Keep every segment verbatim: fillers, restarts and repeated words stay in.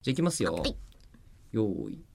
じゃあいきますよ、 はい、 よーい。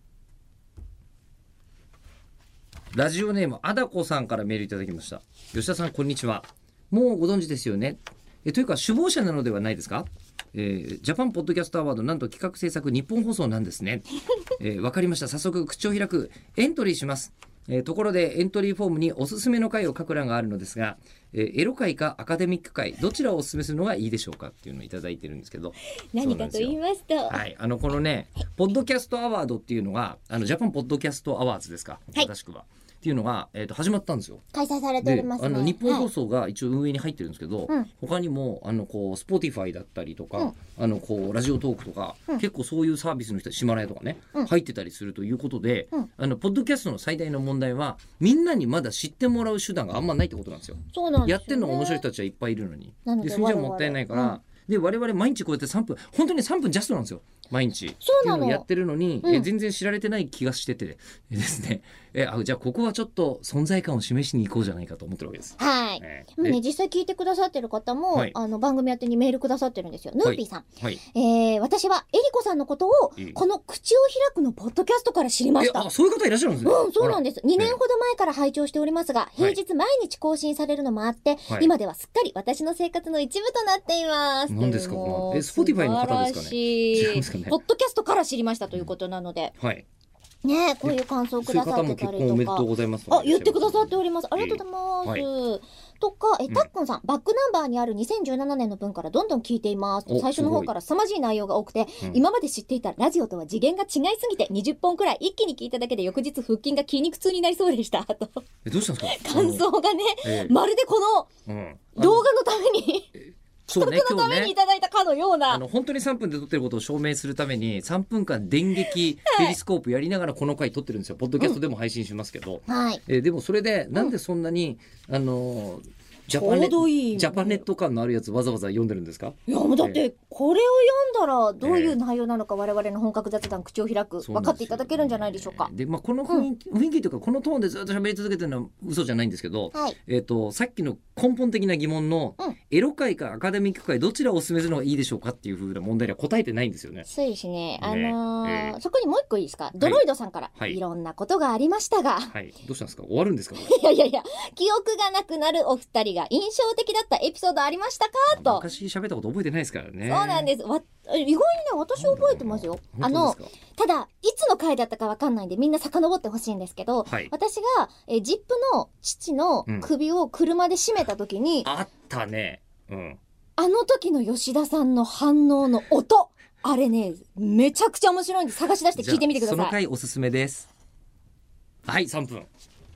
ラジオネームあだこさんからメールいただきました。吉田さんこんにちは。もうご存知ですよね。えというか首謀者なのではないですか。えー、ジャパンポッドキャストアワードなんと企画制作日本放送なんですね。えー、わかりました。早速口を開く。エントリーします。えー、ところでエントリーフォームにおすすめの回を書く欄があるのですが、えー、エロ回かアカデミック回どちらをおすすめするのがいいでしょうかっていうのをいただいてるんですけど、 何かと言いますと、 はい、あのこのねポッドキャストアワードっていうのがあのジャパンポッドキャストアワーズですか、 はい、 正しくはっていうのが、えー、と始まったんですよ。 開催されておりますね。 あの日本放送が一応運営に入ってるんですけど、 はい、 他にもあのこう Spotify だったりとか、 うん、 あのこうラジオトークとか、うん、結構そういうサービスの人ヒマラヤとかね、うん、入ってたりするということで、うん、あのポッドキャストの最大の問題はみんなにまだ知ってもらう手段があんまないってことなんですよ。 そうなんですよね。 やってるのが面白い人たちはいっぱいいるのに、 なのででそれじゃもったいないから、うん、で我々毎日こうやってさんぷん本当にさんぷんジャストなんですよ毎日。 そうなの。 っていうのをやってるのに、 うん、 え全然知られてない気がしててですね、えあじゃあここはちょっと存在感を示しに行こうじゃないかと思ってるわけです。 はい、えー、でもね実際聞いてくださってる方も、はい、あの番組宛てにメールくださってるんですよ。ヌーピーさん、はい、えー、私はエリコさんのことをこの口を開くのポッドキャストから知りました。 あそういう方いらっしゃるんですね。 うん、そうなんです。にねんほど前から拝聴しておりますが、平日毎日更新されるのもあって、はい、今ではすっかり私の生活の一部となっています。 何ですかこのえ Spotify の方ですかね。違うんですかね。 ポッドキャストから知りましたということなので、 うん、はいね、こういう感想をくださってたりとか、 おめでとうございます。 あ、言ってくださっております。ありがとうございます。えーはい、とか、え、たっくんさん、うん、バックナンバーにあるにせんじゅうななねんの分からどんどん聞いています。最初の方から凄まじい内容が多くて、うん、今まで知っていたラジオとは次元が違いすぎてにじゅっぽんくらい一気に聞いただけで翌日腹筋が筋肉痛になりそうでした。とえどうしたんですか。 感想がね、 えー、 まるでこの動画のために、えーそうね、 のためにいただいたかのような、 ね、あの本当にさんぷんで撮ってることを証明するためにさんぷんかん電撃ペリスコープやりながらこの回撮ってるんですよ。ポッドキャストでも配信しますけど、 うんはいえー、でもそれでなんでそんなに、うん、あのージャパネいいジャパネット感のあるやつわざわざ読んでるんですか。 いやもうだってこれを読んだらどういう内容なのか、えー、我々の本格雑談口を開く分かっていただけるんじゃないでしょうか。 で、まあ、この雰囲気、うん、雰囲気というかこのトーンでずっと喋り続けてるのは嘘じゃないんですけど、はい、えーと、さっきの根本的な疑問の、うん、エロ界かアカデミック界どちらをお勧めするのがいいでしょうかっていう風な問題には答えてないんですよね。 そうですね、あのーえー、そこにもう一個いいですか。ドロイドさんから、はい、いろんなことがありましたが、 はい、どうしたんですか。終わるんですか。 いやいやいや、記憶がなくなるお二人が印象的だったエピソードありましたかと。 昔喋ったこと覚えてないですからね。 そうなんです。わ意外にね私覚えてますよ。あのただいつの回だったかわかんないんでみんな遡ってほしいんですけど、はい、私がえジップの父の首を車で絞めた時に、 うん、あったね、うん、 あの時の吉田さんの反応の音あれねめちゃくちゃ面白いんで探し出して聞いてみてください。 その回おすすめです。はいさんぷん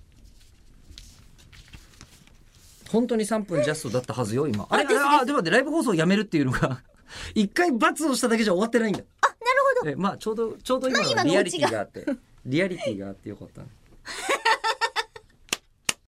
本当にさんぷんジャストだったはずよ今。あれあれあでもでライブ放送をやめるっていうのが一回罰をしただけじゃ終わってないんだ。 あなるほど。 えまあちょうどちょうど今のリアリティがあってリアリティがあってよかった。